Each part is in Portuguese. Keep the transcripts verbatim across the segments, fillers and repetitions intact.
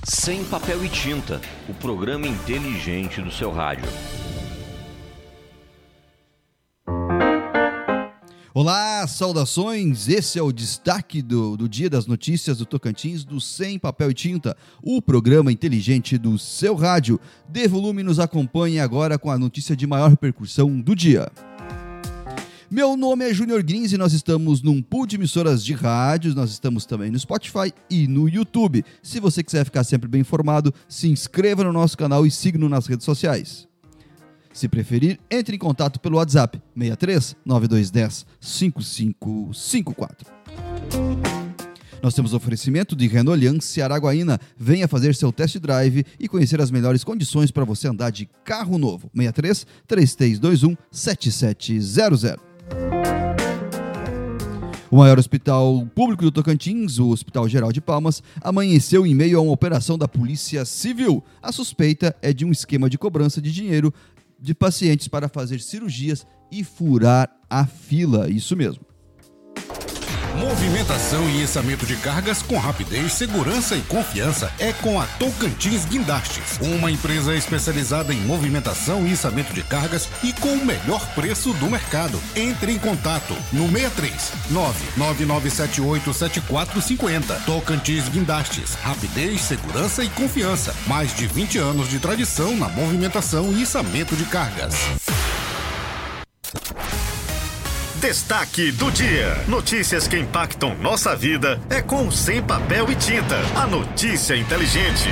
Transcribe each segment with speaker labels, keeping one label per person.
Speaker 1: Sem Papel e Tinta, o programa inteligente do seu rádio.
Speaker 2: Olá, saudações! Esse é o destaque do, do Dia das Notícias do Tocantins do Sem Papel e Tinta, o programa inteligente do seu rádio. Dê volume e nos acompanhe agora com a notícia de maior repercussão do dia. Meu nome é Júnior Grins e nós estamos num pool de emissoras de rádios, nós estamos também no Spotify e no YouTube. Se você quiser ficar sempre bem informado, se inscreva no nosso canal e siga-nos nas redes sociais. Se preferir, entre em contato pelo WhatsApp seis três nove dois um zero cinco cinco cinco quatro. Nós temos oferecimento de Renault Aliança Araguaína. Venha fazer seu test drive e conhecer as melhores condições para você andar de carro novo. seis três três três dois um sete sete zero zero. O maior hospital público do Tocantins, o Hospital Geral de Palmas, amanheceu em meio a uma operação da Polícia Civil. A suspeita é de um esquema de cobrança de dinheiro de pacientes para fazer cirurgias e furar a fila, isso mesmo.
Speaker 3: Movimentação e içamento de cargas com rapidez, segurança e confiança é com a Tocantins Guindastes, uma empresa especializada em movimentação e içamento de cargas e com o melhor preço do mercado. Entre em contato no seis três nove nove nove sete oito sete quatro cinco zero. Tocantins Guindastes, rapidez, segurança e confiança. Mais de vinte anos de tradição na movimentação e içamento de cargas.
Speaker 4: Destaque do dia. Notícias que impactam nossa vida é com Sem Papel e Tinta. A notícia inteligente.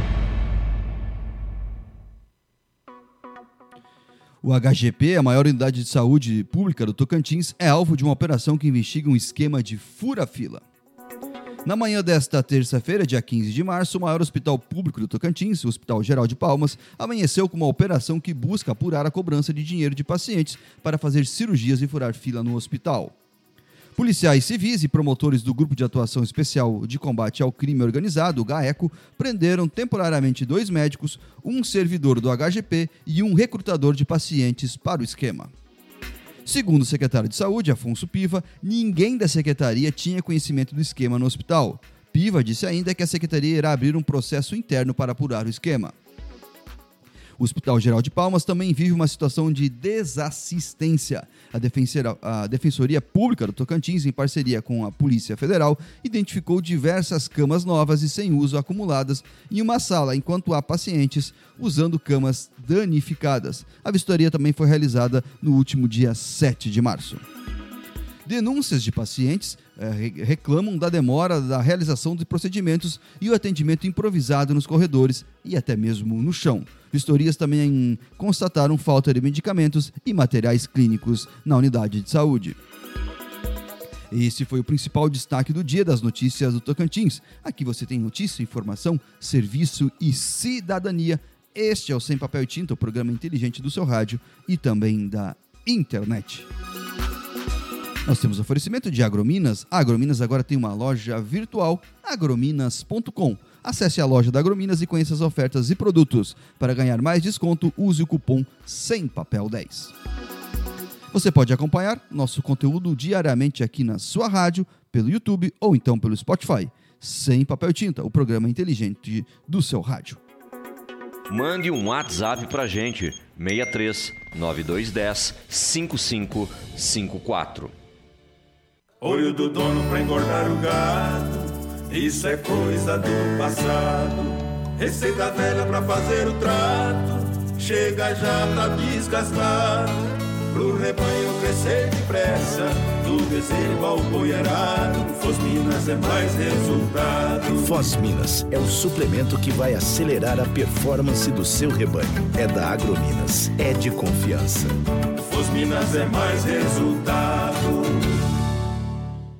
Speaker 2: O H G P, a maior unidade de saúde pública do Tocantins, é alvo de uma operação que investiga um esquema de fura-fila. Na manhã desta terça-feira, dia quinze de março, o maior hospital público do Tocantins, o Hospital Geral de Palmas, amanheceu com uma operação que busca apurar a cobrança de dinheiro de pacientes para fazer cirurgias e furar fila no hospital. Policiais civis e promotores do Grupo de Atuação Especial de Combate ao Crime Organizado, o GAECO, prenderam temporariamente dois médicos, um servidor do H G P e um recrutador de pacientes para o esquema. Segundo o secretário de Saúde, Afonso Piva, ninguém da secretaria tinha conhecimento do esquema no hospital. Piva disse ainda que a secretaria irá abrir um processo interno para apurar o esquema. O Hospital Geral de Palmas também vive uma situação de desassistência. A, defensora, a Defensoria Pública do Tocantins, em parceria com a Polícia Federal, identificou diversas camas novas e sem uso acumuladas em uma sala, enquanto há pacientes usando camas danificadas. A vistoria também foi realizada no último dia sete de março. Denúncias de pacientes eh, reclamam da demora da realização de procedimentos e o atendimento improvisado nos corredores e até mesmo no chão. Vistorias também constataram falta de medicamentos e materiais clínicos na unidade de saúde. Esse foi o principal destaque do Dia das Notícias do Tocantins. Aqui você tem notícia, informação, serviço e cidadania. Este é o Sem Papel e Tinta, o programa inteligente do seu rádio e também da internet. Nós temos oferecimento de Agrominas. A Agrominas agora tem uma loja virtual, agrominas ponto com. Acesse a loja da Agrominas e conheça as ofertas e produtos. Para ganhar mais desconto, use o cupom sem papel dez. Você pode acompanhar nosso conteúdo diariamente aqui na sua rádio, pelo YouTube ou então pelo Spotify. Sem Papel e Tinta, o programa inteligente do seu rádio.
Speaker 1: Mande um WhatsApp pra gente, seis três nove dois um zero cinco cinco cinco quatro.
Speaker 5: Olho do dono pra engordar o gado, isso é coisa do passado. Receita velha pra fazer o trato, chega já tá desgastado. Pro rebanho crescer depressa, do bezerro ao boi arado, Fosminas é mais resultado.
Speaker 6: Fosminas é o suplemento que vai acelerar a performance do seu rebanho. É da Agrominas, é de confiança.
Speaker 5: Fosminas é mais resultado.